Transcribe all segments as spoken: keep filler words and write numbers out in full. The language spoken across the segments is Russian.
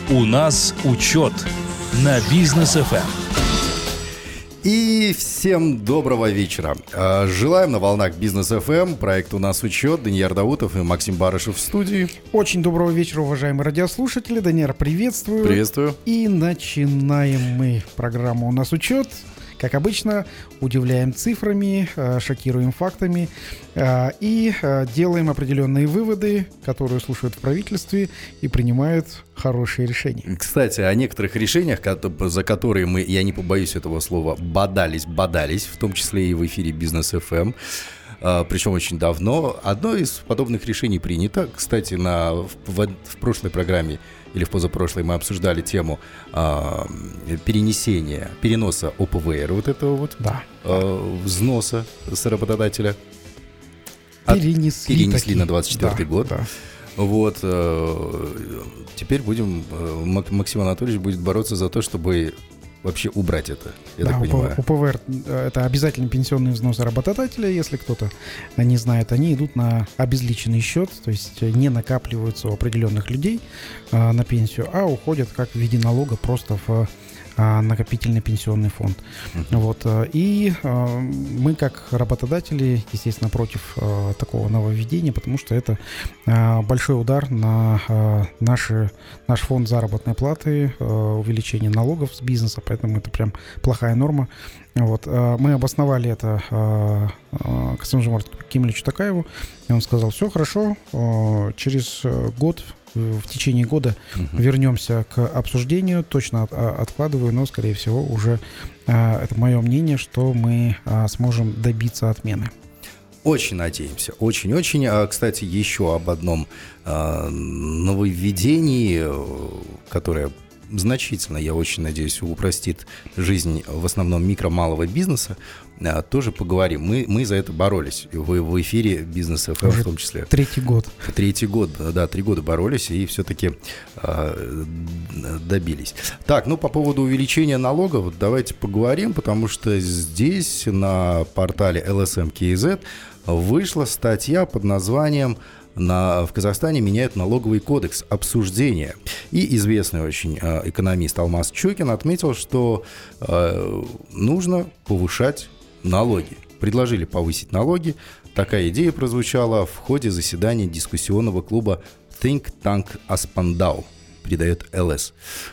У нас учет на Бизнес эф эм. И всем доброго вечера. Желаем на волнах Бизнес эф эм. Проект «У нас учет». Данияр Даутов и Максим Барышев в студии. Очень доброго вечера, уважаемые радиослушатели. Данияр, приветствую. Приветствую. И начинаем мы программу «У нас учет». Как обычно, удивляем цифрами, шокируем фактами и делаем определенные выводы, которые слушают в правительстве и принимают хорошие решения. Кстати, о некоторых решениях, за которые мы, я не побоюсь этого слова, бодались, бодались, в том числе и в эфире Бизнес эф эм. Причем очень давно. Одно из подобных решений принято. Кстати, на, в, в прошлой программе или в позапрошлой мы обсуждали тему э, перенесения, переноса о пэ вэ эр, вот этого вот да. э, взноса с работодателя. Перенесли, От, перенесли на двадцать четвёртый да, год. Да. Вот. Э, теперь будем, э, Максим Анатольевич будет бороться за то, чтобы вообще убрать это, я да, так понимаю. о пэ вэ эр — это обязательный пенсионный взнос работодателя, если кто-то не знает. Они идут на обезличенный счет, то есть не накапливаются у определенных людей а, на пенсию, а уходят как в виде налога просто в а, накопительный пенсионный фонд. Uh-huh. Вот, и а, мы, как работодатели, естественно, против а, такого нововведения, потому что это а, большой удар на а, наши, наш фонд заработной платы, а, увеличение налогов с бизнеса, поэтому это прям плохая норма. Вот. Мы обосновали это Касым-Жомарту Кемелевичу Токаеву, и он сказал: все хорошо, через год, в течение года uh-huh. вернемся к обсуждению, точно от, откладываю, но, скорее всего, уже это мое мнение, что мы сможем добиться отмены. Очень надеемся, очень-очень. А, кстати, еще об одном а, нововведении, которое значительно, я очень надеюсь, упростит жизнь в основном микро-малого бизнеса, а, тоже поговорим. Мы, мы за это боролись. Вы в эфире Бизнес эф эм в том числе. Третий год. Третий год, да, три года боролись и все-таки а, добились. Так, ну по поводу увеличения налогов давайте поговорим, потому что здесь на портале эл эс эм кей зет вышла статья под названием На, в Казахстане меняют налоговый кодекс. Обсуждение. И известный очень э, экономист Алмаз Чукин отметил, что э, нужно повышать налоги. Предложили повысить налоги. Такая идея прозвучала в ходе заседания дискуссионного клуба Think Tank Аспандау, передает эл эс.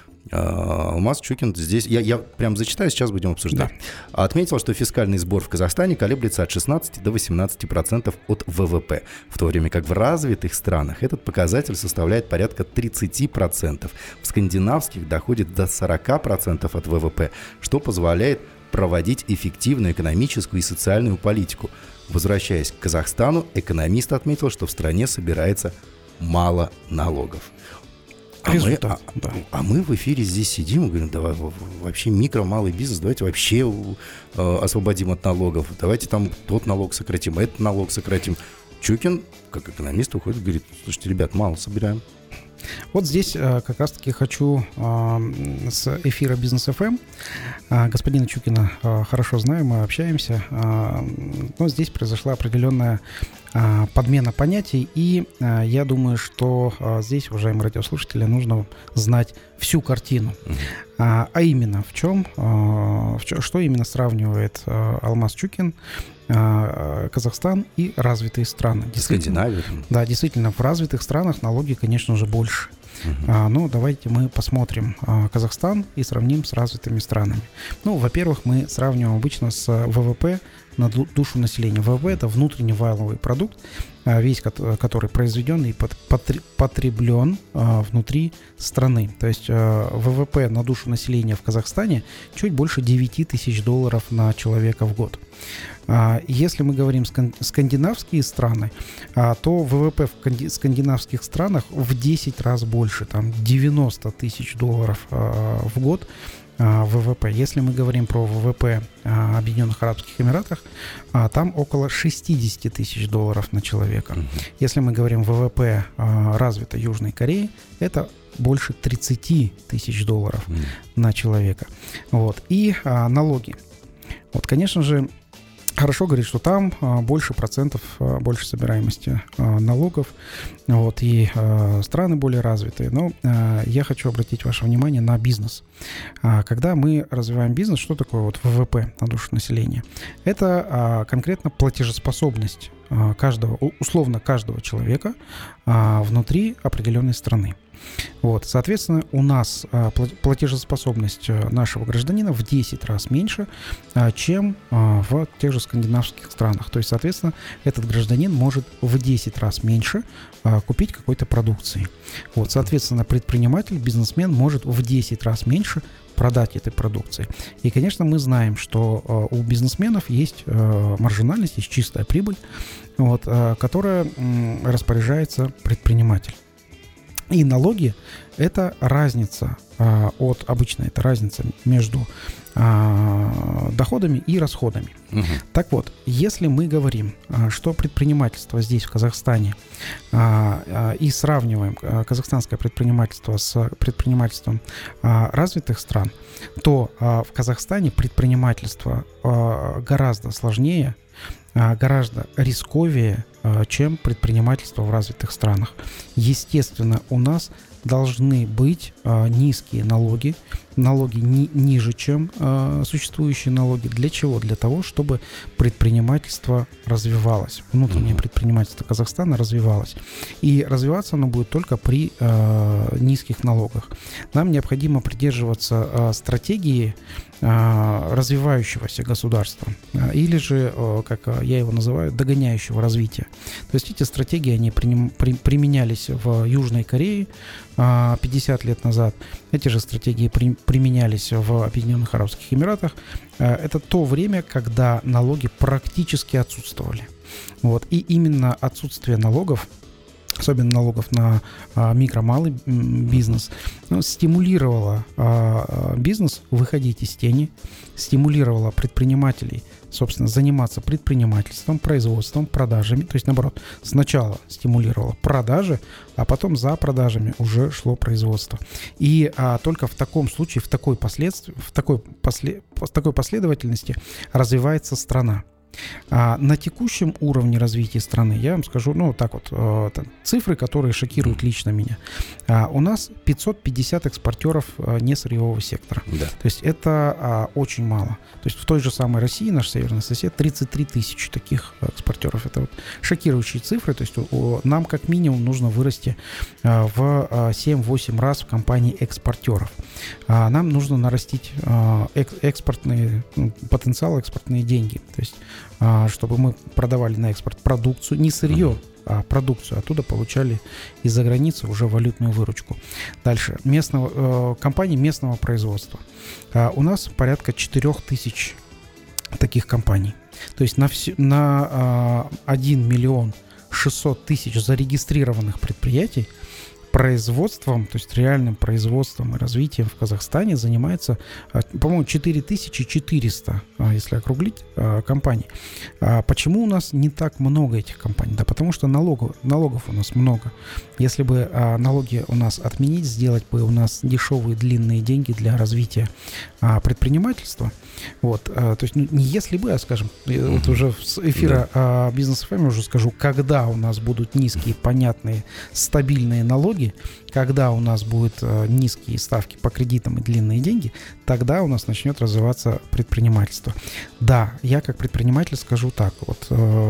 Алмаз Чукин здесь, я, я прям зачитаю, сейчас будем обсуждать. Да. Отметил, что фискальный сбор в Казахстане колеблется от шестнадцати до восемнадцати процентов от вэ вэ пэ, в то время как в развитых странах этот показатель составляет порядка тридцати процентов. В скандинавских доходит до сорока процентов от вэ вэ пэ, что позволяет проводить эффективную экономическую и социальную политику. Возвращаясь к Казахстану, экономист отметил, что в стране собирается мало налогов. А мы, а, да. а мы в эфире здесь сидим и говорим: давай вообще микро, малый бизнес, давайте вообще э, освободим от налогов, давайте там тот налог сократим, этот налог сократим. Чукин, как экономист, уходит и говорит: слушайте, ребят, мало собираем. Вот здесь э, как раз-таки хочу э, с эфира Бизнес эф эм, э, господина Чукина э, хорошо знаю, мы общаемся, э, но здесь произошла определенная э, подмена понятий, и э, я думаю, что э, здесь, уважаемые радиослушатели, нужно знать всю картину. Uh-huh. А, а именно, в чем, э, в чем, что именно сравнивает э, Алмаз Чукин, Казахстан и развитые страны. Скандинавия. Да, действительно, в развитых странах налоги, конечно же, больше. Uh-huh. А, но давайте мы посмотрим а, Казахстан и сравним с развитыми странами. Ну, во-первых, мы сравниваем обычно с вэ вэ пэ на душу населения. вэ вэ пэ — это внутренний валовый продукт, а, весь который произведен и под, потреблен а, внутри страны. То есть а, вэ вэ пэ на душу населения в Казахстане чуть больше девяти тысяч долларов на человека в год. Если мы говорим скандинавские страны, то вэ вэ пэ в скандинавских странах в десять раз больше, там девяносто тысяч долларов в год вэ вэ пэ. Если мы говорим про вэ вэ пэ Объединенных Арабских Эмиратах, там около шестьдесят тысяч долларов на человека. Uh-huh. Если мы говорим вэ вэ пэ развитой Южной Кореи, это больше тридцать тысяч долларов uh-huh. на человека. Вот. И а, налоги. Вот, конечно же, хорошо говорит, что там а, больше процентов, а, больше собираемости а, налогов, вот, и а, страны более развитые. Но а, я хочу обратить ваше внимание на бизнес. А, когда мы развиваем бизнес, что такое вот ВВП на душу населения? Это а, конкретно платежеспособность а, каждого, условно каждого человека а, внутри определенной страны. Вот, соответственно, у нас а, платежеспособность нашего гражданина в десять раз меньше, а, чем а, в тех же скандинавских странах. То есть, соответственно, этот гражданин может в десять раз меньше а, купить какой-то продукции. Вот, соответственно, предприниматель, бизнесмен может в десять раз меньше продать этой продукции. И, конечно, мы знаем, что а, у бизнесменов есть а, маржинальность, есть чистая прибыль, вот, а, которая м, распоряжается предприниматель. И налоги – это разница а, от обычной, это разница между а, доходами и расходами. Угу. Так вот, если мы говорим, а, что предпринимательство здесь, в Казахстане, а, а, и сравниваем а, казахстанское предпринимательство с предпринимательством а, развитых стран, то а, в Казахстане предпринимательство а, гораздо сложнее, гораздо рисковее, чем предпринимательство в развитых странах. Естественно, у нас должны быть низкие налоги, налоги ни, ниже, чем существующие налоги. Для чего? Для того, чтобы предпринимательство развивалось, внутреннее предпринимательство Казахстана развивалось. И развиваться оно будет только при низких налогах. Нам необходимо придерживаться стратегии развивающегося государства, или же, как я его называю, догоняющего развития. То есть эти стратегии, они применялись в Южной Корее пятьдесят лет назад. Эти же стратегии при, применялись в Объединенных Арабских Эмиратах. Это то время, когда налоги практически отсутствовали. Вот. И именно отсутствие налогов, особенно налогов на а, микро-малый бизнес, ну, стимулировало а, бизнес выходить из тени, стимулировало предпринимателей, собственно, заниматься предпринимательством, производством, продажами. То есть, наоборот, сначала стимулировало продажи, а потом за продажами уже шло производство. И а, только в таком случае, в такой, последствии, в такой, после, в такой последовательности развивается страна. А на текущем уровне развития страны, я вам скажу, ну, так вот, э, там, цифры, которые шокируют лично меня. А, у нас пятьсот пятьдесят экспортеров э, несырьевого сектора. Да. То есть это а, очень мало. То есть в той же самой России, наш северный сосед, тридцать три тысячи таких экспортеров. Это вот шокирующие цифры. То есть о, нам как минимум нужно вырасти а, в а, семь-восемь раз в компании экспортеров. А, нам нужно нарастить а, эк- экспортные, ну, потенциал, экспортные деньги. То есть чтобы мы продавали на экспорт продукцию, не сырье, а продукцию, оттуда получали из-за границы уже валютную выручку. Дальше. Местного, э, компании местного производства. А, у нас порядка четыре тысячи таких компаний. То есть на, все, на а, один миллион шестьсот тысяч зарегистрированных предприятий производством, то есть реальным производством и развитием в Казахстане занимается, по-моему, четыре тысячи четыреста, если округлить, компаний. Почему у нас не так много этих компаний? Да потому что налогов, налогов у нас много. Если бы налоги у нас отменить, сделать бы у нас дешевые длинные деньги для развития предпринимательства, вот, то есть ну, не если бы, а скажем, mm-hmm. вот уже с эфира да. Бизнес эф эм уже скажу, когда у нас будут низкие, понятные, стабильные налоги, когда у нас будут низкие ставки по кредитам и длинные деньги, тогда у нас начнет развиваться предпринимательство. Да, я как предприниматель скажу так, вот,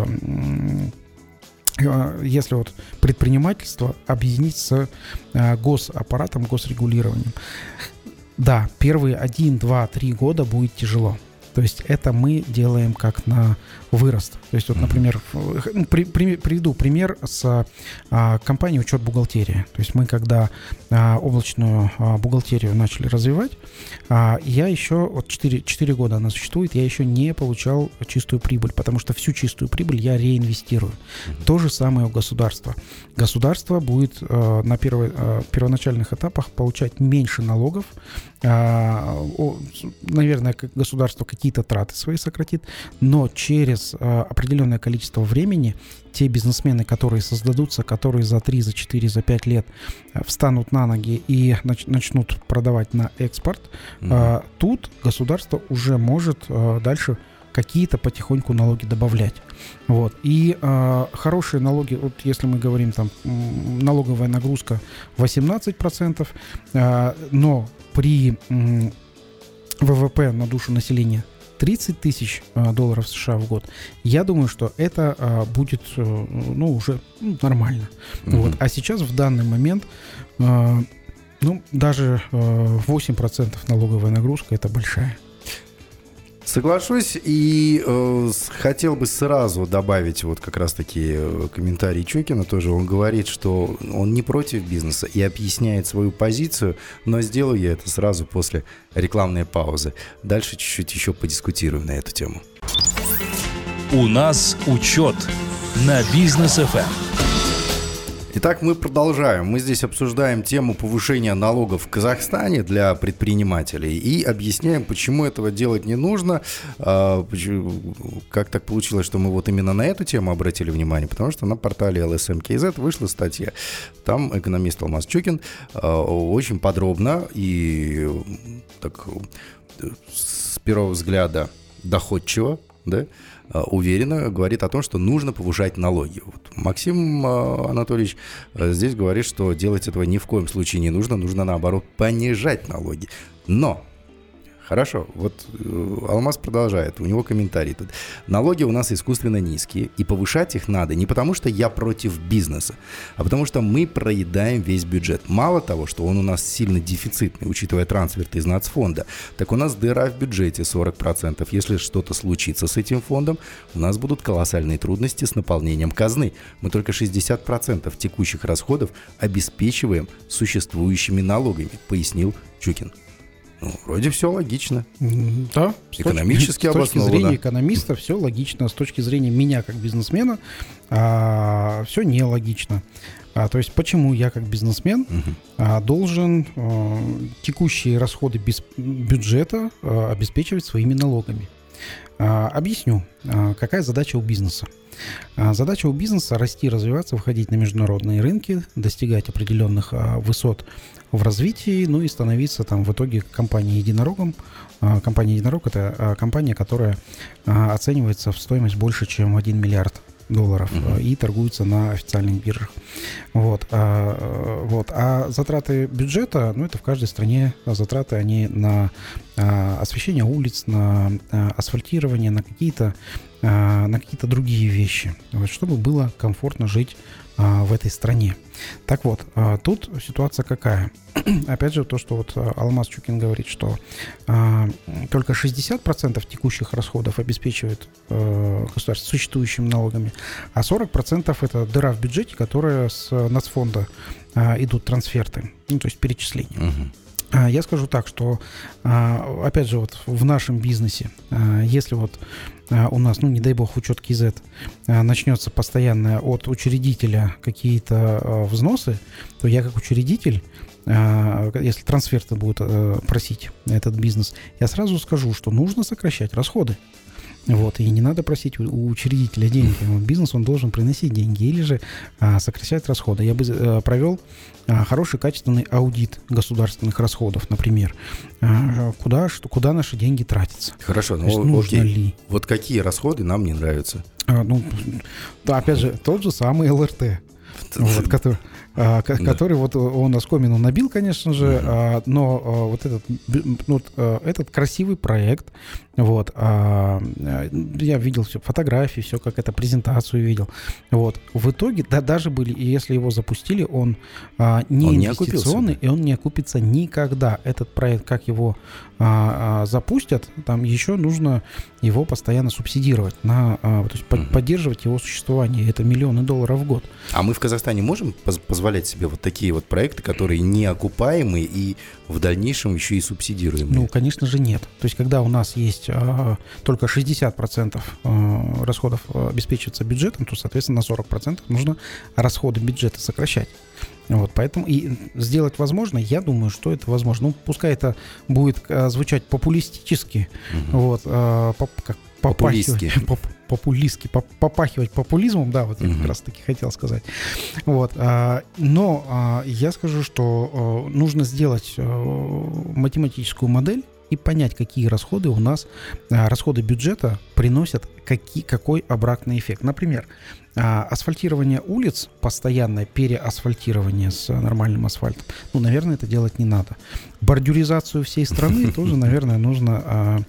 если вот предпринимательство объединить с госаппаратом, госрегулированием, да, первые один, два, три года будет тяжело. То есть это мы делаем как на вырост. То есть вот, например, при, при, приведу пример с а, компанией «Учет бухгалтерии». То есть мы, когда а, облачную а, бухгалтерию начали развивать, а, я еще, вот четыре, четыре года она существует, я еще не получал чистую прибыль, потому что всю чистую прибыль я реинвестирую. Mm-hmm. То же самое у государства. Государство будет а, на первой, а, первоначальных этапах получать меньше налогов. А, о, наверное, государство какие-то траты свои сократит, но через а, определенное количество времени те бизнесмены, которые создадутся, которые за три, за четыре, за пять лет встанут на ноги и нач- начнут продавать на экспорт, mm-hmm. а, тут государство уже может а, дальше какие-то потихоньку налоги добавлять. Вот. И э, хорошие налоги, вот если мы говорим, там, налоговая нагрузка восемнадцать процентов, э, но при э, ВВП на душу населения тридцать тысяч э, долларов США в год, я думаю, что это э, будет э, ну, уже ну, нормально. Mm-hmm. Вот. А сейчас в данный момент э, ну, даже э, восемь процентов налоговая нагрузка — это большая. Соглашусь, и э, хотел бы сразу добавить вот как раз-таки э, комментарий Чукина тоже. Он говорит, что он не против бизнеса и объясняет свою позицию, но сделаю я это сразу после рекламной паузы. Дальше чуть-чуть еще подискутируем на эту тему. У нас учет на Бизнес эф эм. Итак, мы продолжаем. Мы здесь обсуждаем тему повышения налогов в Казахстане для предпринимателей и объясняем, почему этого делать не нужно. Как так получилось, что мы вот именно на эту тему обратили внимание? Потому что на портале эл эс эм кей зет вышла статья. Там экономист Алмаз Чукин очень подробно и так, с первого взгляда доходчиво, да, уверенно говорит о том, что нужно повышать налоги. Вот Максим Анатольевич здесь говорит, что делать этого ни в коем случае не нужно, нужно наоборот понижать налоги. Но хорошо, вот Алмаз продолжает, у него комментарий тут. Налоги у нас искусственно низкие, и повышать их надо не потому, что я против бизнеса, а потому что мы проедаем весь бюджет. Мало того, что он у нас сильно дефицитный, учитывая трансферты из нацфонда, так у нас дыра в бюджете сорок процентов. Если что-то случится с этим фондом, у нас будут колоссальные трудности с наполнением казны. Мы только шестьдесят процентов текущих расходов обеспечиваем существующими налогами, пояснил Чукин. Ну, вроде все логично. Да. Экономически обосновано. С точки зрения экономиста все логично. С точки зрения меня как бизнесмена а, все нелогично. А, то есть почему я как бизнесмен угу. а, должен а, текущие расходы без бюджета а, обеспечивать своими налогами? А, объясню, а, какая задача у бизнеса. А, задача у бизнеса — расти, развиваться, выходить на международные рынки, достигать определенных а, высот в развитии, ну и становиться там в итоге компанией-единорогом. А, компания-единорог — это а, компания, которая а, оценивается в стоимость больше, чем один миллиард долларов uh-huh. и торгуются на официальных биржах. Вот. А, вот. а затраты бюджета, ну это в каждой стране затраты, они на а, освещение улиц, на а, асфальтирование, на какие-то, а, на какие-то другие вещи, вот, чтобы было комфортно жить а, в этой стране. Так вот, а, тут ситуация какая? Опять же, то, что вот Алмаз Чукин говорит, что а, только шестьдесят процентов текущих расходов обеспечивает а, государство существующими налогами, а сорок процентов это дыра в бюджете, которая с нацфонда а, идут трансферты, ну, то есть перечисления. Uh-huh. А, я скажу так, что, а, опять же, вот в нашем бизнесе, а, если вот а, у нас, ну, не дай бог, учет кей зет а, начнется постоянно от учредителя какие-то а, взносы, то я как учредитель, если трансферты будут просить этот бизнес, я сразу скажу, что нужно сокращать расходы. Вот, и не надо просить у учредителя деньги. Бизнес, он должен приносить деньги или же а, сокращать расходы. Я бы а, провел а, хороший, качественный аудит государственных расходов, например. А, куда, что, куда наши деньги тратятся. Хорошо, ну есть, нужно окей. ли. Вот какие расходы нам не нравятся? А, ну, да, опять же, тот же самый эл эр тэ. Вот, который, а, да. который вот он оскомину набил, конечно же, uh-huh. а, но а, вот этот, вот, а, этот красивый проект, вот, а, я видел все, фотографии, все, как это, презентацию видел, вот, в итоге, да, даже были, если его запустили, он а, не он инвестиционный, не и он не окупится никогда. Этот проект, как его а, а, запустят, там еще нужно его постоянно субсидировать, на, а, то есть uh-huh. поддерживать его существование, это миллионы долларов в год. А мы в Казахстане можем поз- позволять себе вот такие вот проекты, которые неокупаемые и в дальнейшем еще и субсидируемые? Ну, конечно же, нет. То есть, когда у нас есть а, только шестьдесят процентов а, расходов обеспечивается бюджетом, то, соответственно, на сорок процентов нужно расходы бюджета сокращать. Вот, поэтому и сделать возможно, я думаю, что это возможно. Ну, пускай это будет а, звучать популистически, угу. вот, а, поп, как популистски. Поп, популистски, поп, попахивать популизмом, да, вот я угу. как раз таки хотел сказать. Вот, а, но а, я скажу, что а, нужно сделать а, математическую модель, и понять, какие расходы у нас, расходы бюджета приносят какие, какой обратный эффект. Например, асфальтирование улиц, постоянное переасфальтирование с нормальным асфальтом, ну, наверное, это делать не надо. Бордюризацию всей страны тоже, наверное, нужно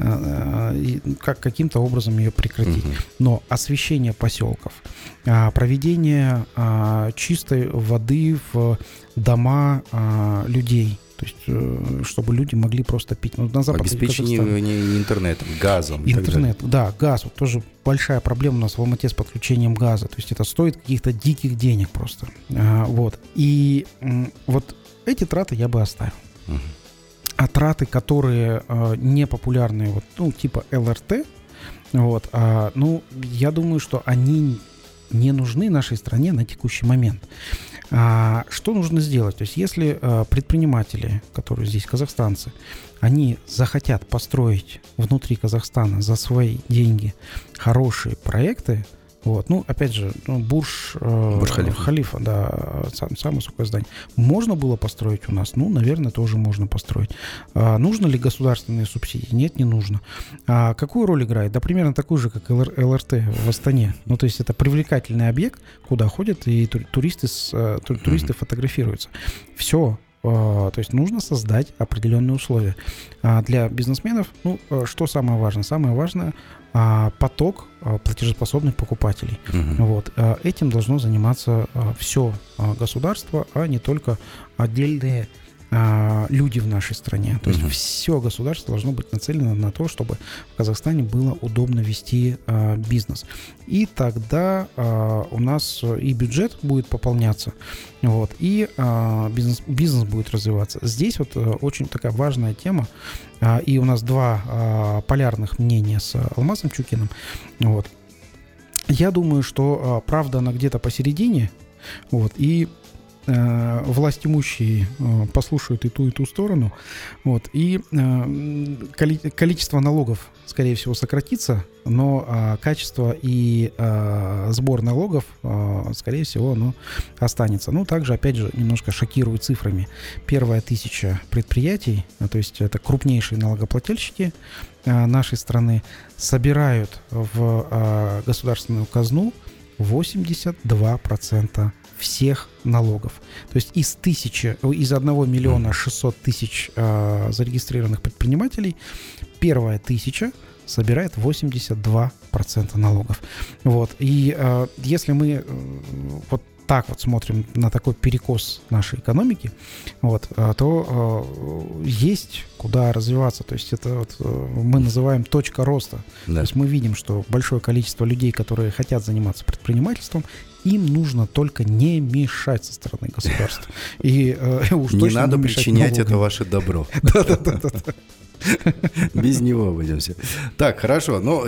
как, каким-то образом ее прекратить. Но освещение поселков, проведение чистой воды в дома людей, то есть, чтобы люди могли просто пить. Ну, на Западе обеспечение интернетом, газом. Интернет, да, газ. Вот тоже большая проблема у нас в Алмате с подключением газа. То есть это стоит каких-то диких денег просто. А, вот. И м, вот эти траты я бы оставил. Uh-huh. А траты, которые а, не популярные, вот, ну, типа эл эр тэ, вот, а, ну, я думаю, что они не нужны нашей стране на текущий момент. А, что нужно сделать? То есть если а, предприниматели, которые здесь казахстанцы, они захотят построить внутри Казахстана за свои деньги хорошие проекты, вот, ну, опять же, ну, Бурж, э, Бурж Халифа. Халифа, да, сам, самое высокое здание. Можно было построить у нас? Ну, наверное, тоже можно построить. А, нужно ли государственные субсидии? Нет, не нужно. А какую роль играет? Да, примерно такую же, как эл эр тэ в Астане. Ну, то есть это привлекательный объект, куда ходят и туристы, с, туристы фотографируются. Все. То есть нужно создать определенные условия. Для бизнесменов, ну, что самое важное? Самое важное — поток платежеспособных покупателей. Uh-huh. Вот. Этим должно заниматься все государство, а не только отдельные люди в нашей стране. То есть uh-huh. все государство должно быть нацелено на то, чтобы в Казахстане было удобно вести а, бизнес. И тогда а, у нас и бюджет будет пополняться, вот, и а, бизнес, бизнес будет развиваться. Здесь вот а, очень такая важная тема, а, и у нас два а, полярных мнения с Алмазом Чукиным. Вот. Я думаю, что а, правда она где-то посередине, вот, и власть имущие послушают и ту, и ту сторону, вот, и коли- количество налогов, скорее всего, сократится, но а, качество и а, сбор налогов, а, скорее всего, оно останется. Ну, также, опять же, немножко шокирую цифрами. Первая тысяча предприятий, а, то есть это крупнейшие налогоплательщики а, нашей страны, собирают в а, государственную казну восемьдесят два процента всех налогов. То есть из тысячи, из одного миллиона шестьсот тысяч э, зарегистрированных предпринимателей первая тысяча собирает восемьдесят два процента налогов. Вот. И э, если мы э, вот так вот смотрим на такой перекос нашей экономики, вот, то э, есть куда развиваться. То есть это вот, э, мы называем точка роста. Да. То есть мы видим, что большое количество людей, которые хотят заниматься предпринимательством, им нужно только не мешать со стороны государства. И э, уж не надо причинять это ваше добро. Да-да-да. Без него обойдемся. Так, хорошо. Но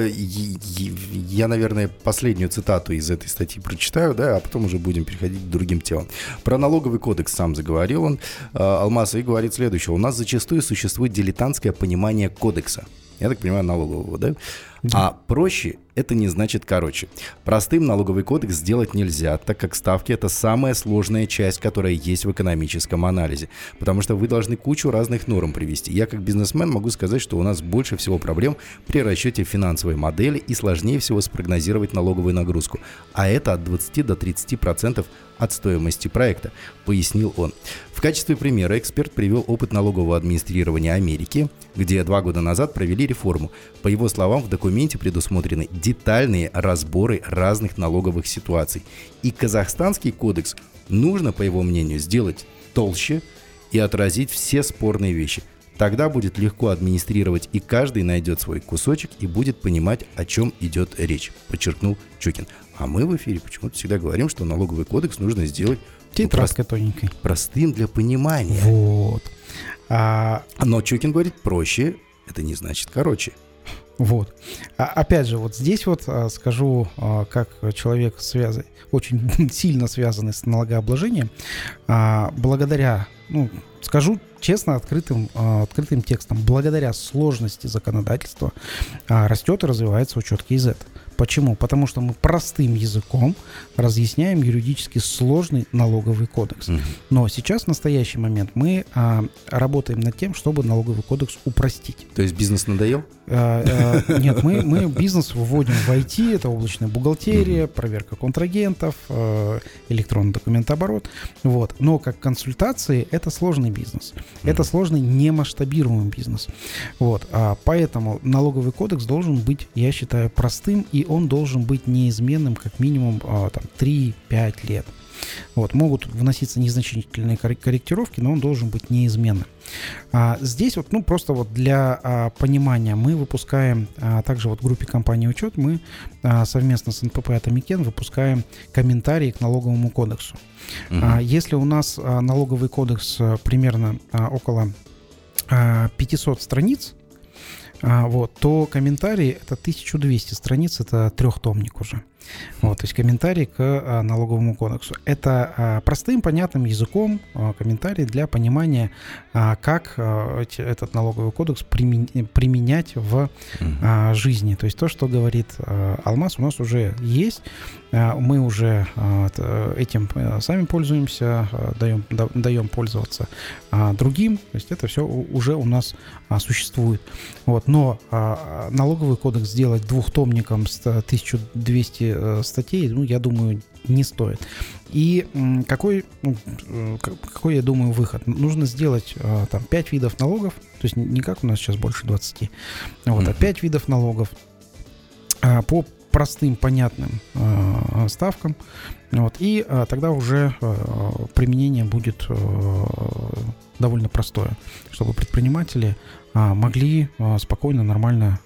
я, наверное, последнюю цитату из этой статьи прочитаю, да, а потом уже будем переходить к другим темам. Про налоговый кодекс сам заговорил он, Алмаз, и говорит следующее. У нас зачастую существует дилетантское понимание кодекса. Я так понимаю, налогового, да? Да. А проще — это не значит короче. Простым налоговый кодекс сделать нельзя, так как ставки — это самая сложная часть, которая есть в экономическом анализе. Потому что вы должны кучу разных норм привести. Я как бизнесмен могу сказать, что у нас больше всего проблем при расчете финансовой модели и сложнее всего спрогнозировать налоговую нагрузку. А это от двадцати до тридцати процентов от стоимости проекта, пояснил он. В качестве примера эксперт привел опыт налогового администрирования Америки, где два года назад провели реформу. По его словам, в документе предусмотрены детальные разборы разных налоговых ситуаций. И казахстанский кодекс нужно, по его мнению, сделать толще и отразить все спорные вещи. Тогда будет легко администрировать, и каждый найдет свой кусочек и будет понимать, о чем идет речь, подчеркнул Чукин. А мы в эфире почему-то всегда говорим, что налоговый кодекс нужно сделать тетрадкой тоненькой, простым для понимания. Вот. А... Но Чукин говорит, проще — это не значит короче. Вот. А, опять же, вот здесь вот а, скажу, а, как человек связан, очень сильно связанный с налогообложением, а, благодаря, ну, скажу честно, открытым, а, открытым текстом, благодаря сложности законодательства а, растет и развивается учет кей зет. Почему? Потому что мы простым языком разъясняем юридически сложный налоговый кодекс. Угу. Но сейчас, в настоящий момент, мы а, работаем над тем, чтобы налоговый кодекс упростить. То есть бизнес надоел? А, а, нет, мы, мы бизнес вводим в ай ти, это облачная бухгалтерия, угу. проверка контрагентов, а, электронный документооборот. Вот. Но как консультации это сложный бизнес. Угу. Это сложный немасштабируемый бизнес. Вот. А, поэтому налоговый кодекс должен быть, я считаю, простым, и он должен быть неизменным как минимум а, там, три-пять лет. Вот. Могут вноситься незначительные корректировки, но он должен быть неизменным. А, здесь вот, ну, просто вот для а, понимания мы выпускаем, а, также вот в группе компании «Учет» мы а, совместно с эн пэ пэ «Атомикен» выпускаем комментарии к налоговому кодексу. Угу. А, если у нас а, налоговый кодекс а, примерно а, около а, пятьсот страниц, А, вот, то комментарии — это тысяча двести страниц, это трехтомник уже. Вот, то есть комментарий к а, налоговому кодексу. Это а, простым, понятным языком а, комментарий для понимания, а, как а, эти, этот налоговый кодекс примен, применять в а, жизни. То есть то, что говорит а, Алмаз, у нас уже есть. А, мы уже а, этим сами пользуемся, а, даем, да, даем пользоваться а, другим. То есть это все уже у нас а, существует. Вот, но а, налоговый кодекс сделать двухтомником с тысяча двести статей, ну, я думаю, не стоит. И какой, ну, какой, я думаю, выход? Нужно сделать там пять видов налогов, то есть не как у нас сейчас больше двадцати, вот, mm-hmm. а пять видов налогов по простым, понятным ставкам, вот, и тогда уже применение будет довольно простое, чтобы предприниматели могли спокойно, нормально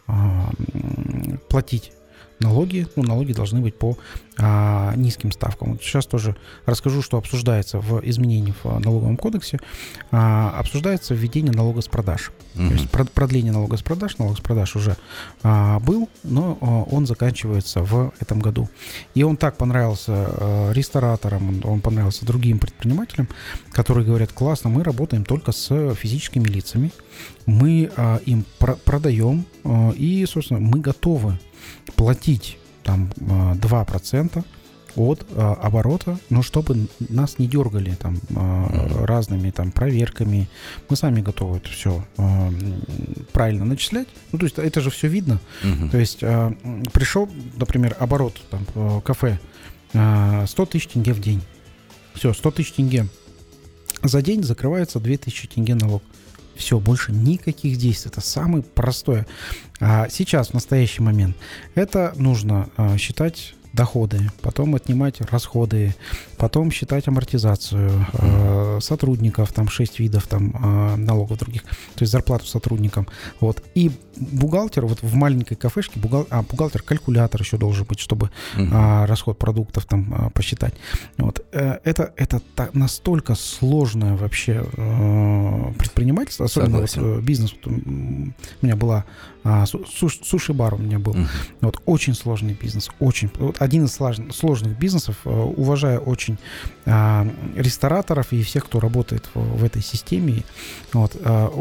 платить налоги. Ну, налоги должны быть по а, низким ставкам. Вот сейчас тоже расскажу, что обсуждается в изменении в налоговом кодексе. А, обсуждается введение налога с продаж. Uh-huh. То есть продление налога с продаж. Налог с продаж уже а, был, но а, он заканчивается в этом году. И он так понравился а, рестораторам, он, он понравился другим предпринимателям, которые говорят: классно, мы работаем только с физическими лицами, мы а, им про- продаем, а, и, собственно, мы готовы платить там два процента от а, оборота, но чтобы нас не дергали там а, разными там проверками. Мы сами готовы это все а, правильно начислять. Ну, то есть это же все видно. Uh-huh. То есть а, пришел, например, оборот там, кафе а, сто тысяч тенге в день. Все, сто тысяч тенге за день, закрывается две тысячи тенге налог. Все, больше никаких действий. Это самое простое. А сейчас, в настоящий момент, это нужно а, считать доходы, потом отнимать расходы, потом считать амортизацию э, сотрудников, там шесть видов там, э, налогов других, то есть зарплату сотрудникам. Вот. И бухгалтер, вот в маленькой кафешке, бухгал, а, бухгалтер, калькулятор еще должен быть, чтобы uh-huh. э, расход продуктов там э, посчитать. Вот. Э, это это та, настолько сложное вообще э, предпринимательство, особенно вот, э, бизнес. Вот, у меня была а, суш, суши-бар у меня был. Uh-huh. Вот, очень сложный бизнес, очень. Вот, один из сложных, сложных бизнесов, уважаю очень а, рестораторов и всех, кто работает в, в этой системе. Вот,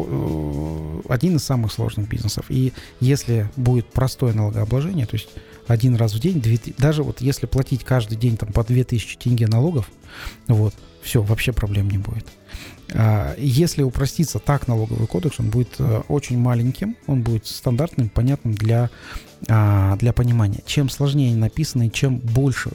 а, один из самых сложных бизнесов. И если будет простое налогообложение, то есть один раз в день, две, даже вот если платить каждый день там, по две тысячи тенге налогов, вот, все, вообще проблем не будет. Если упроститься так налоговый кодекс, он будет очень маленьким, он будет стандартным, понятным для, для понимания. Чем сложнее написано и чем больше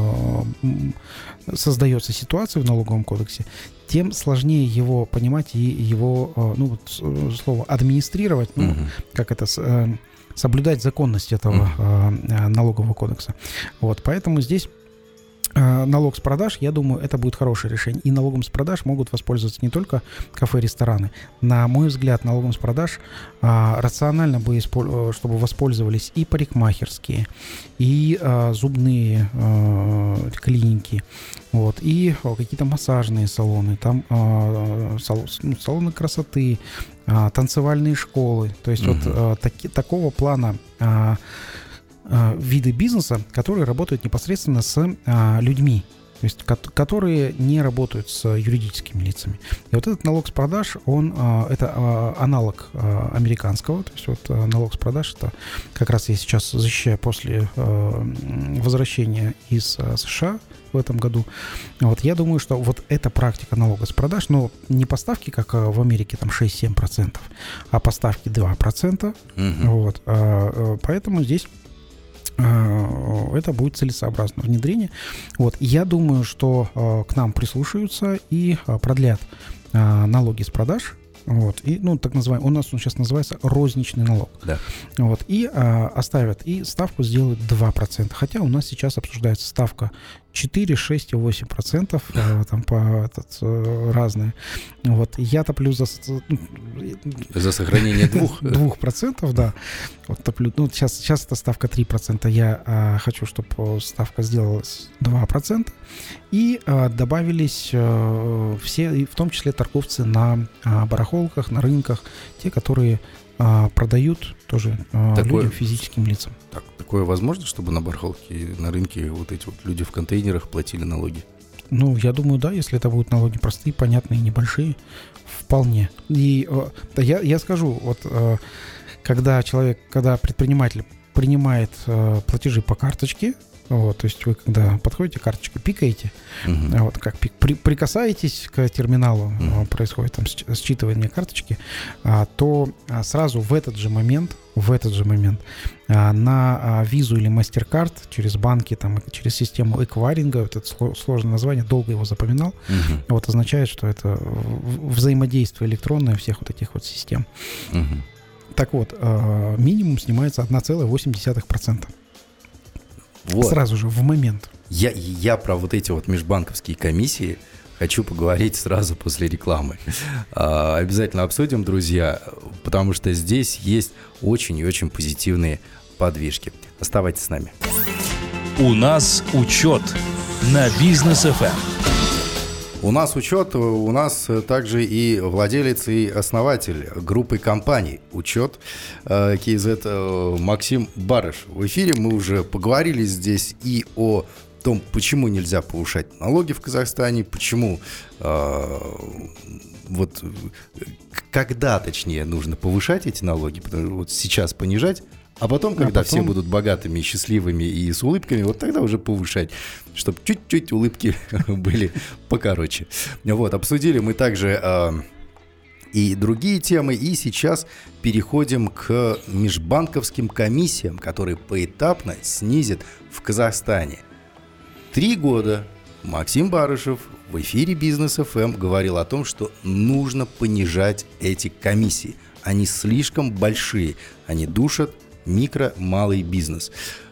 создается ситуация в налоговом кодексе, тем сложнее его понимать и его, ну, вот, слово администрировать, ну, uh-huh. как это, соблюдать законность этого uh-huh. налогового кодекса. Вот, поэтому здесь налог с продаж, я думаю, это будет хорошее решение. И налогом с продаж могут воспользоваться не только кафе, рестораны. На мой взгляд, налогом с продаж а, рационально бы, чтобы воспользовались и парикмахерские, и а, зубные а, клиники, вот, и а, какие-то массажные салоны, там а, сал, ну, салоны красоты, а, танцевальные школы. То есть uh-huh. вот а, таки, такого плана а, виды бизнеса, которые работают непосредственно с а, людьми. то есть которые не работают с юридическими лицами. И вот этот налог с продаж, он это аналог американского, то есть вот налог с продаж, это как раз я сейчас защищаю после возвращения из США в этом году. Вот я думаю, что вот эта практика налога с продаж, но не поставки, как в Америке, там шесть-семь процентов, а поставки два процента. Mm-hmm. Вот, поэтому здесь это будет целесообразное внедрение. Вот. Я думаю, что э, к нам прислушаются и э, продлят э, налоги с продаж. Вот. И, ну, так называемый, у нас он сейчас называется розничный налог. Да. Вот. И э, оставят, и ставку сделают два процента. Хотя у нас сейчас обсуждается ставка четыре, шесть и восемь процентов, э, там по этот, э, разные. Вот. Я топлю за... За сохранение двух? Двух процентов, да. Вот топлю. Ну, сейчас, сейчас это ставка три процента. Я э, хочу, чтобы ставка сделалась два процента. И э, добавились э, все, в том числе торговцы на э, барахолках, на рынках, те, которые э, продают тоже э, такое, людям, физическим лицам. Так, такое возможно, чтобы на барахолке, на рынке вот эти вот люди в контейнерах платили налоги? Ну, я думаю, да, если это будут налоги простые, понятные, небольшие, вполне. И э, да, я, я скажу, вот э, когда человек, когда предприниматель принимает э, платежи по карточке, вот, то есть вы когда подходите, карточку пикаете, uh-huh. вот, как пик, при, прикасаетесь к терминалу, uh-huh. происходит там считывание карточки, а, то а, сразу в этот же момент, в этот же момент а, на а, визу или MasterCard через банки, там, через систему эквайринга, вот это сложное название, долго его запоминал, uh-huh. вот означает, что это взаимодействие электронное всех вот этих вот систем. Uh-huh. Так вот, а, минимум снимается одна целая восемь десятых процента. Вот. Сразу же, в момент. Я, я про вот эти вот межбанковские комиссии хочу поговорить сразу после рекламы. А, обязательно обсудим, друзья, потому что здесь есть очень и очень позитивные подвижки. Оставайтесь с нами. У нас учет на Бизнес эф эм. У нас учет, у нас также и владелец и основатель группы компаний «Учет» кей зет Максим Барыш. В эфире мы уже поговорили здесь и о том, почему нельзя повышать налоги в Казахстане, почему, э, вот, когда, точнее, нужно повышать эти налоги, потому что вот сейчас понижать, а потом, когда а потом... все будут богатыми, счастливыми и с улыбками, вот тогда уже повышать, чтобы чуть-чуть улыбки были покороче. Вот, обсудили мы также э, и другие темы, и сейчас переходим к межбанковским комиссиям, которые поэтапно снизят в Казахстане. Три года Максим Барышев в эфире Бизнес эф эм говорил о том, что нужно понижать эти комиссии. Они слишком большие, они душат микро, малый бизнес.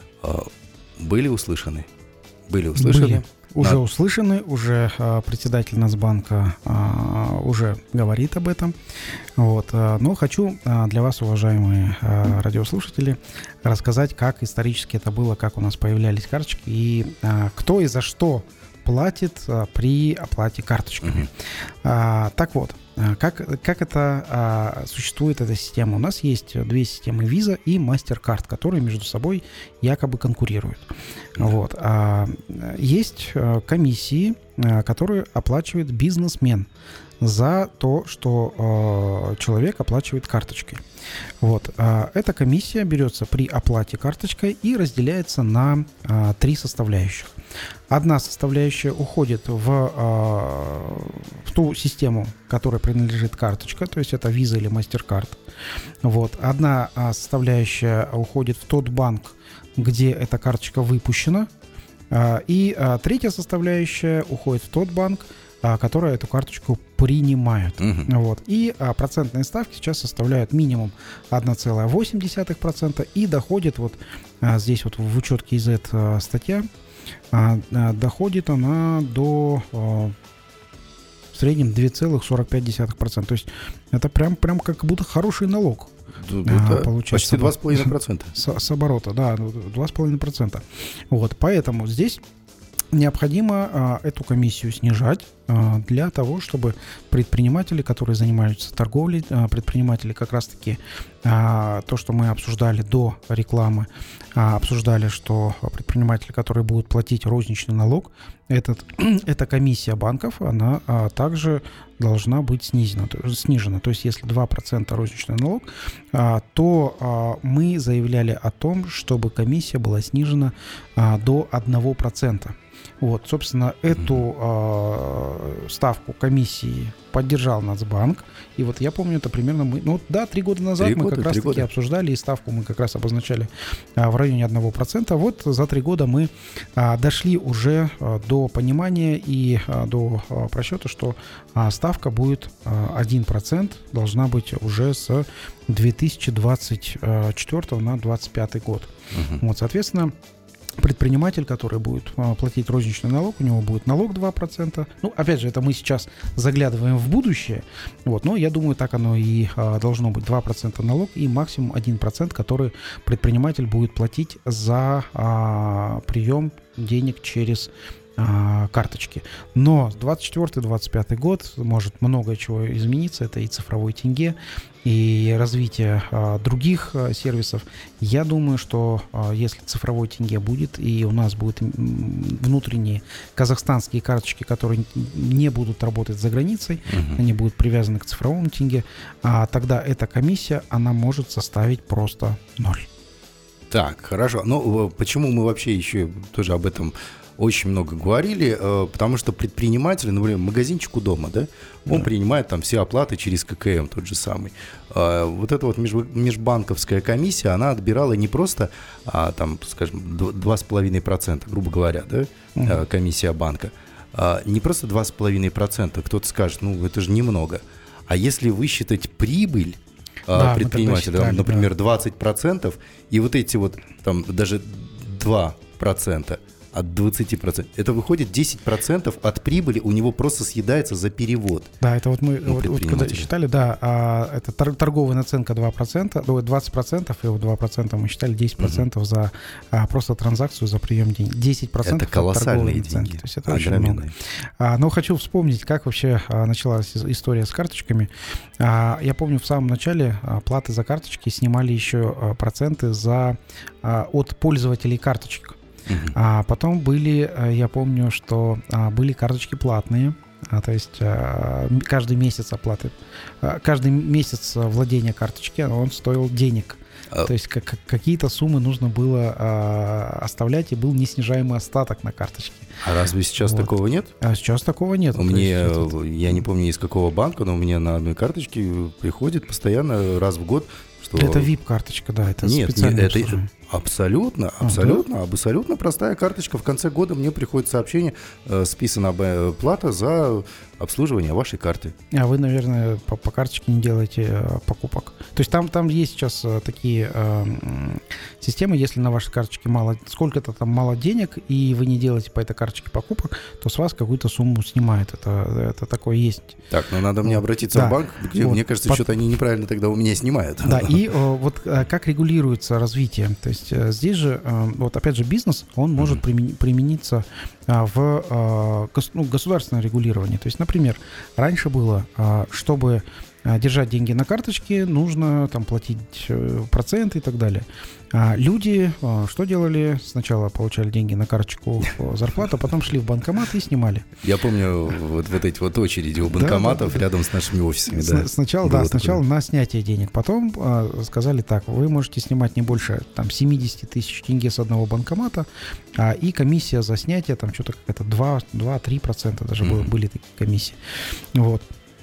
Были услышаны? Были услышаны? Были. Уже На... услышаны, уже а, председатель Нацбанка а, уже говорит об этом. Вот, а, но хочу а, для вас, уважаемые а, радиослушатели, рассказать, как исторически это было, как у нас появлялись карточки и а, кто и за что платит а, при оплате карточками. Uh-huh. А, так вот, Как, как это а, существует, эта система? У нас есть две системы Visa и MasterCard, которые между собой якобы конкурируют. Да. Вот. А, есть а, комиссии, а, которые оплачивает бизнесмен за то, что а, человек оплачивает карточкой. Вот. А, эта комиссия берется при оплате карточкой и разделяется на а, три составляющих. Одна составляющая уходит в, а, в ту систему, которой принадлежит карточка, то есть это Visa или MasterCard. Вот. Одна а, составляющая уходит в тот банк, где эта карточка выпущена. А, и а, третья составляющая уходит в тот банк, а, который эту карточку принимает. Uh-huh. Вот. И а, процентные ставки сейчас составляют минимум одна целая восемь десятых процента и доходит вот а, здесь вот в учет кей зет а, статья, а, а, доходит она до а, в среднем две целых сорок пять десятых процента. То есть это прям, прям как будто хороший налог. Это а, получается почти два с половиной процента. С, с оборота, да, два с половиной процента. Вот, поэтому здесь необходимо а, эту комиссию снижать. для того, чтобы предприниматели, которые занимаются торговлей, предприниматели как раз-таки то, что мы обсуждали до рекламы, обсуждали, что предприниматели, которые будут платить розничный налог, этот, эта комиссия банков, она также должна быть снижена. снижена. То есть если два процента розничный налог, то мы заявляли о том, чтобы комиссия была снижена до одного процента. Вот, собственно, эту э, ставку комиссии поддержал Нацбанк. И вот я помню, это примерно мы... Ну да, три года назад три мы года, как раз-таки года. обсуждали, и ставку мы как раз обозначали а, в районе одного процента. Вот за три года мы а, дошли уже а, до понимания и а, до а, просчета, что а, ставка будет а, один процент, должна быть уже с две тысячи двадцать четвёртого на двадцать пятый год. Угу. Вот, соответственно, предприниматель, который будет а, платить розничный налог, у него будет налог два процента. Ну, опять же, это мы сейчас заглядываем в будущее. Вот, но я думаю, так оно и а, должно быть. два процента налог и максимум один процент, который предприниматель будет платить за а, прием денег через а, карточки. Но двадцать четвёртый - двадцать пятый год может много чего измениться. Это и цифровой тенге, и развитие а, других а, сервисов. Я думаю, что а, если цифровой тенге будет, и у нас будут внутренние казахстанские карточки, которые не будут работать за границей, uh-huh. они будут привязаны к цифровому тенге, а, тогда эта комиссия, она может составить просто ноль. Так, хорошо. Ну, почему мы вообще еще тоже об этом очень много говорили, потому что предприниматель, например, магазинчик у дома, да, он да. принимает там все оплаты через ка ка эм, тот же самый. Вот эта вот межбанковская комиссия, она отбирала не просто, а, там, скажем, два с половиной процента, грубо говоря, да, угу. комиссия банка, а, не просто два с половиной процента, кто-то скажет, ну, это же немного, а если высчитать прибыль да, предпринимателя, считали, например, да. двадцать процентов, и вот эти вот, там, даже два процента от двадцати процентов. Это выходит десять процентов от прибыли у него просто съедается за перевод. Да, это вот мы вот, вот когда считали, да, а, это торговая наценка два процента, двадцать процентов, и вот два процента мы считали десять процентов угу. за а, просто транзакцию, за прием денег. десять процентов это колоссальные деньги. Наценки. То есть это очень много. А, но хочу вспомнить, как вообще а, началась история с карточками. А, я помню, в самом начале а, платы за карточки снимали еще а, проценты за, а, от пользователей карточек. Uh-huh. А потом были, я помню, что а, были карточки платные, а, то есть а, каждый месяц оплаты, а, каждый месяц владения карточки, он стоил денег. Uh-huh. То есть как, какие-то суммы нужно было а, оставлять, и был неснижаемый остаток на карточке. А разве сейчас вот. такого нет? А сейчас такого нет. У меня, я не помню из какого банка, но у меня на одной карточке приходит постоянно раз в год. Что... Это ви ай пи-карточка, да, это нет, специальная нет, это абсолютно, абсолютно, а, да? абсолютно простая карточка. В конце года мне приходит сообщение, э, списана плата за обслуживание вашей карты. А вы, наверное, по, по карточке не делаете э, покупок. То есть там, там есть сейчас э, такие э, системы, если на вашей карточке мало, сколько-то там мало денег, и вы не делаете по этой карточке покупок, то с вас какую-то сумму снимает. Это, это такое есть. Так, ну надо мне обратиться да. в банк, где, вот, мне кажется, под... что-то они неправильно тогда у меня снимают. Да, и э, вот э, как регулируется развитие. То есть э, здесь же, э, вот опять же, бизнес, он может mm-hmm. примениться э, в э, гос, ну, государственное регулирование. То есть, например, раньше было, э, чтобы держать деньги на карточке, нужно там платить проценты и так далее. А люди что делали? Сначала получали деньги на карточку зарплату, а потом шли в банкомат и снимали. Я помню вот, вот эти вот очереди у банкоматов да, да, рядом с нашими офисами. С, да. Сначала, да, сначала на снятие денег. Потом а, сказали так, вы можете снимать не больше там, семьдесят тысяч тенге с одного банкомата, а, и комиссия за снятие, там что-то как-то два-три процента даже mm-hmm. были такие комиссии. Вот.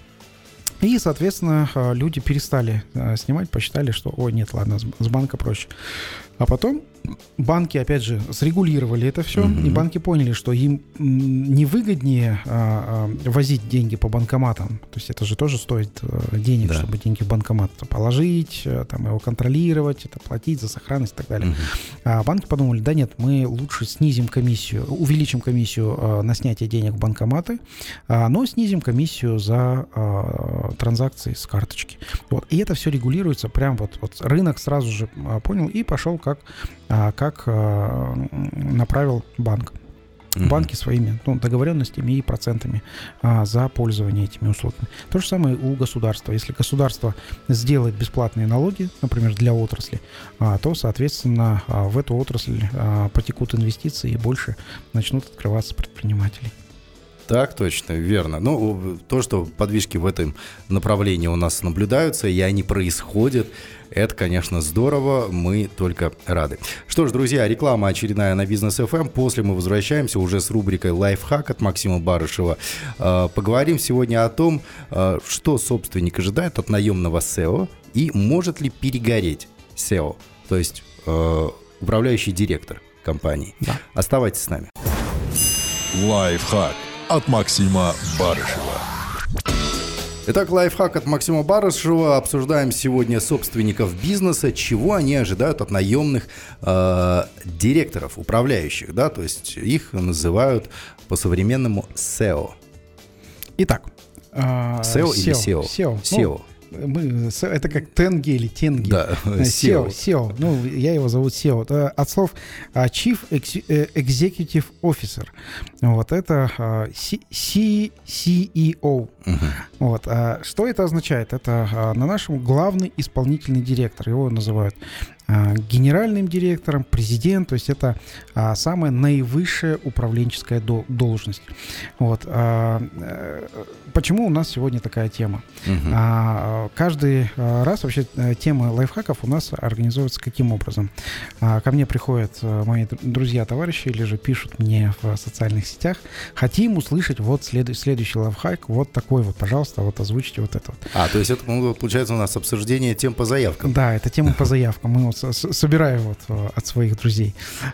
И, соответственно, люди перестали снимать, посчитали, что, ой, нет, ладно, с банка проще. А потом банки, опять же, срегулировали это все, mm-hmm. и банки поняли, что им невыгоднее а, а, возить деньги по банкоматам. То есть это же тоже стоит а, денег, да. чтобы деньги в банкомат положить, там, его контролировать, это платить за сохранность и так далее. Mm-hmm. А банки подумали, да нет, мы лучше снизим комиссию, увеличим комиссию а, на снятие денег в банкоматы, а, но снизим комиссию за а, транзакции с карточки. Вот. И это все регулируется, прям вот, вот рынок сразу же а, понял и пошел как, а, как а, направил банк. mm-hmm. банки своими ну, договоренностями и процентами а, за пользование этими услугами. То же самое у государства. Если государство сделает бесплатные налоги, например, для отрасли, а, то, соответственно, а, в эту отрасль а, потекут инвестиции и больше начнут открываться предпринимателей. Так, точно, верно. Ну, то, что подвижки в этом направлении у нас наблюдаются, и они происходят, это, конечно, здорово, мы только рады. Что ж, друзья, реклама очередная на Бизнес эф эм. После мы возвращаемся уже с рубрикой «Лайфхак» от Максима Барышева. Поговорим сегодня о том, что собственник ожидает от наемного сео и может ли перегореть сео, то есть управляющий директор компании. Да. Оставайтесь с нами. Лайфхак от Максима Барышева. Итак, лайфхак от Максима Барышева. Обсуждаем сегодня собственников бизнеса, чего они ожидают от наемных э, директоров, управляющих, да, то есть их называют по-современному сео. Итак, сео или сео? сео. сео. Мы, это как тенги или тенги. Да, сео. сео. Ну, я его зовут сео. Это от слов Chief Executive Officer. Вот это си и о. Угу. Вот. Что это означает? Это на нашем главный исполнительный директор. Его называют генеральным директором, президент, то есть это а, самая наивысшая управленческая до, должность. Вот. А, а, почему у нас сегодня такая тема? Uh-huh. А, каждый раз вообще темы лайфхаков у нас организуются каким образом? А, ко мне приходят мои друзья, товарищи, или же пишут мне в социальных сетях: хотим услышать вот след, следующий лайфхак, вот такой вот, пожалуйста, вот озвучите вот это вот. А, то есть это, получается, у нас обсуждение тем по заявкам. Да, это тема по заявкам. Мы вот собираю вот от своих друзей.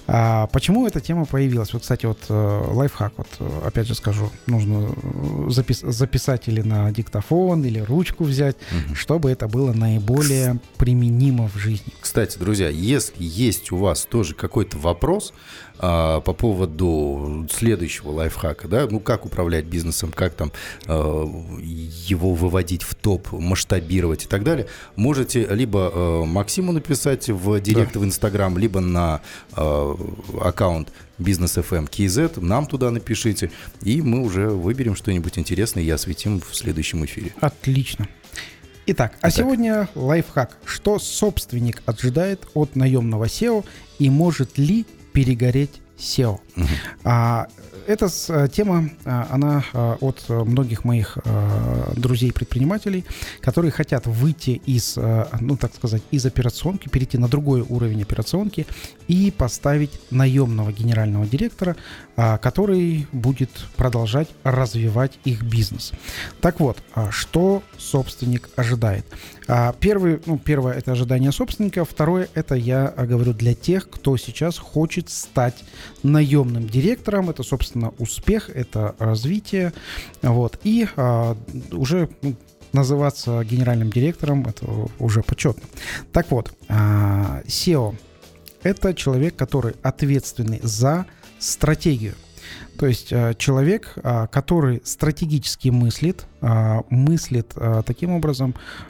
А почему эта тема появилась? Вот, кстати, вот лайфхак, вот опять же скажу, нужно запис- записать или на диктофон, или ручку взять, угу. чтобы это было наиболее применимо в жизни. Кстати, друзья, если есть у вас тоже какой-то вопрос а, по поводу следующего лайфхака, да, ну как управлять бизнесом, как там а, его выводить в топ, масштабировать и так далее, можете либо а, Максиму написать в директ да. в Инстаграм, либо на э, аккаунт Бизнес эф эм кей зет, нам туда напишите, и мы уже выберем что-нибудь интересное и осветим в следующем эфире. Отлично. Итак, а Итак. сегодня лайфхак. Что собственник ожидает от наемного сео и может ли перегореть сео? Угу. А, эта тема, она от многих моих друзей-предпринимателей, которые хотят выйти из, ну, так сказать, из операционки, перейти на другой уровень операционки и поставить наемного генерального директора, который будет продолжать развивать их бизнес. Так вот, что собственник ожидает? Первый, ну, первое – это ожидание собственника. Второе – это, я говорю, для тех, кто сейчас хочет стать наемным директором. Это, собственно, успех, это развитие. Вот. И а, уже ну, называться генеральным директором – это уже почетно. Так вот, а, сео – это человек, который ответственный за стратегию. То есть человек, который стратегически мыслит, мыслит таким образом,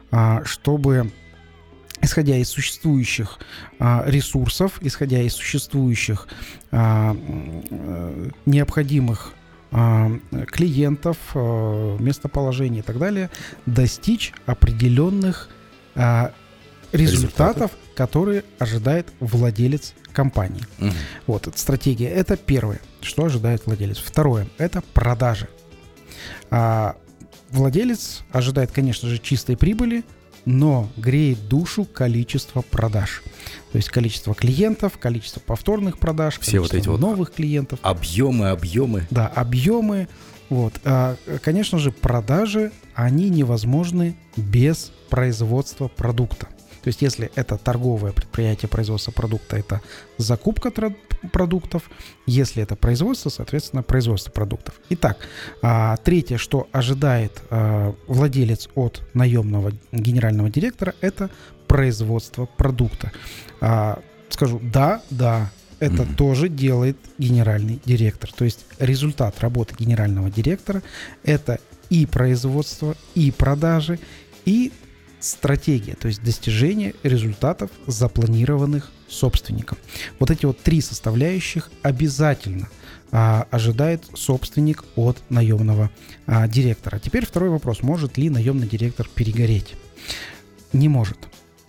чтобы, исходя из существующих ресурсов, исходя из существующих необходимых клиентов, местоположений и так далее, достичь определенных результатов, результатов, которые ожидает владелец компании. Угу. Вот, это стратегия. Это первое, что ожидает владелец. Второе, это продажи. А, владелец ожидает, конечно же, чистой прибыли, но греет душу количество продаж. То есть количество клиентов, количество повторных продаж, все вот эти новых вот клиентов. Объемы, объемы. Да, объемы. Вот. А, конечно же, продажи, они невозможны без производства продукта. То есть если это торговое предприятие производства продукта, это закупка тр- продуктов. Если это производство, соответственно, производство продуктов. Итак, а, третье, что ожидает а, владелец от наемного генерального директора, это производство продукта. А, скажу, да, да, это mm-hmm. тоже делает генеральный директор. То есть результат работы генерального директора – это и производство, и продажи, и стратегия, то есть достижение результатов, запланированных собственником. Вот эти вот три составляющих обязательно а, ожидает собственник от наемного а, директора. Теперь второй вопрос. Может ли наемный директор перегореть? Не может.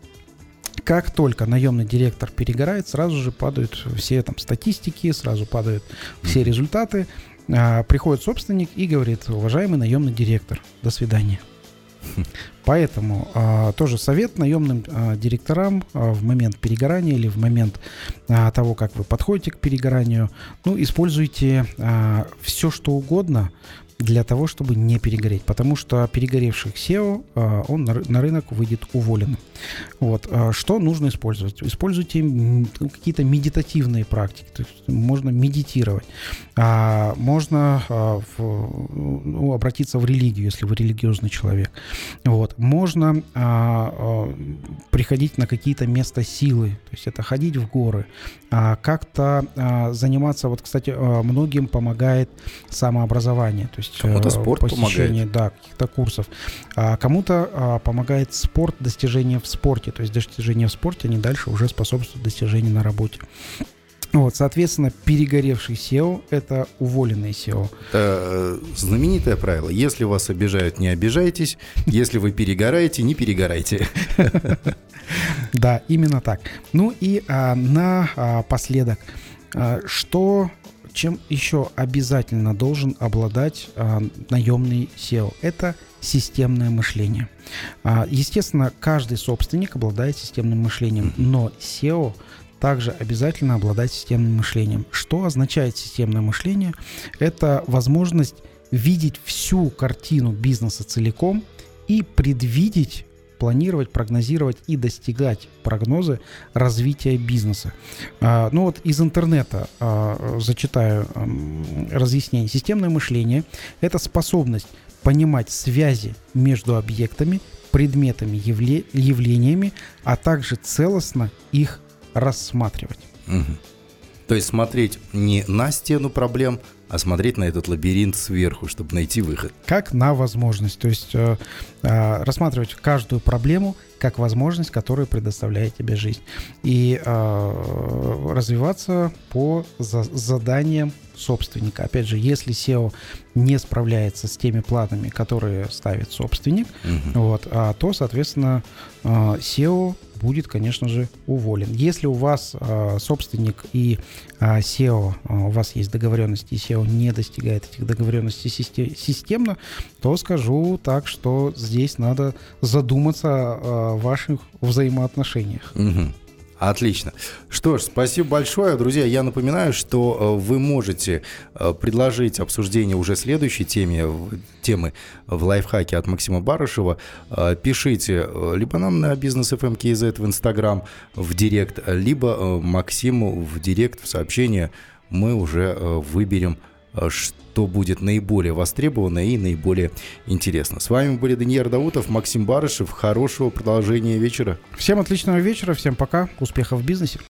Как только наемный директор перегорает, сразу же падают все там статистики, сразу падают все результаты. А, приходит собственник и говорит: уважаемый наемный директор, до свидания. Поэтому а, тоже совет наемным а, директорам а, в момент перегорания или в момент а, того, как вы подходите к перегоранию, ну, используйте а, все, что угодно для того, чтобы не перегореть. Потому что перегоревший сео, а, он на, на рынок выйдет уволенным. Вот. А что нужно использовать? Используйте м, какие-то медитативные практики. То есть можно медитировать. А, можно а, в, ну, обратиться в религию, если вы религиозный человек. Вот. Можно а, а, приходить на какие-то места силы. То есть это ходить в горы. А, как-то а, заниматься. Вот, кстати, а, многим помогает самообразование. То есть кому-то спорт посещение, помогает. Да, каких-то курсов. А кому-то а, помогает спорт, достижения в спорте. То есть достижения в спорте, они дальше уже способствуют достижению на работе. Вот, соответственно, перегоревший сео – это уволенный сео. Это знаменитое правило. Если вас обижают, не обижайтесь. Если вы перегораете, не перегорайте. Да, именно так. Ну и а, напоследок, а, что... Чем еще обязательно должен обладать а, наемный сео? Это системное мышление. А, естественно, каждый собственник обладает системным мышлением, но сео также обязательно обладать системным мышлением. Что означает системное мышление? Это возможность видеть всю картину бизнеса целиком и предвидеть, планировать, прогнозировать и достигать прогнозы развития бизнеса. А, ну вот из интернета а, зачитаю а, разъяснение. Системное мышление – это способность понимать связи между объектами, предметами, явле, явлениями, а также целостно их рассматривать. Угу. То есть смотреть не на стену проблем, а смотреть на этот лабиринт сверху, чтобы найти выход. Как на возможность. То есть э, э, рассматривать каждую проблему как возможность, которую предоставляет тебе жизнь. И э, развиваться по за- заданиям собственника. Опять же, если сео не справляется с теми планами, которые ставит собственник, угу. вот, а, то, соответственно, э, сео будет, конечно же, уволен. Если у вас э, собственник и э, сео, э, у вас есть договоренности, и сео не достигает этих договоренностей систем, системно, то скажу так, что здесь надо задуматься о ваших взаимоотношениях. Угу. Отлично. Что ж, спасибо большое. Друзья, я напоминаю, что вы можете предложить обсуждение уже следующей теме, темы в лайфхаке от Максима Барышева. Пишите либо нам на Business эф эм кей зет в Инстаграм в директ, либо Максиму в директ в сообщение. Мы уже выберем, что будет наиболее востребовано и наиболее интересно. С вами были Даниил Даутов, Максим Барышев. Хорошего продолжения вечера. Всем отличного вечера, всем пока, успехов в бизнесе.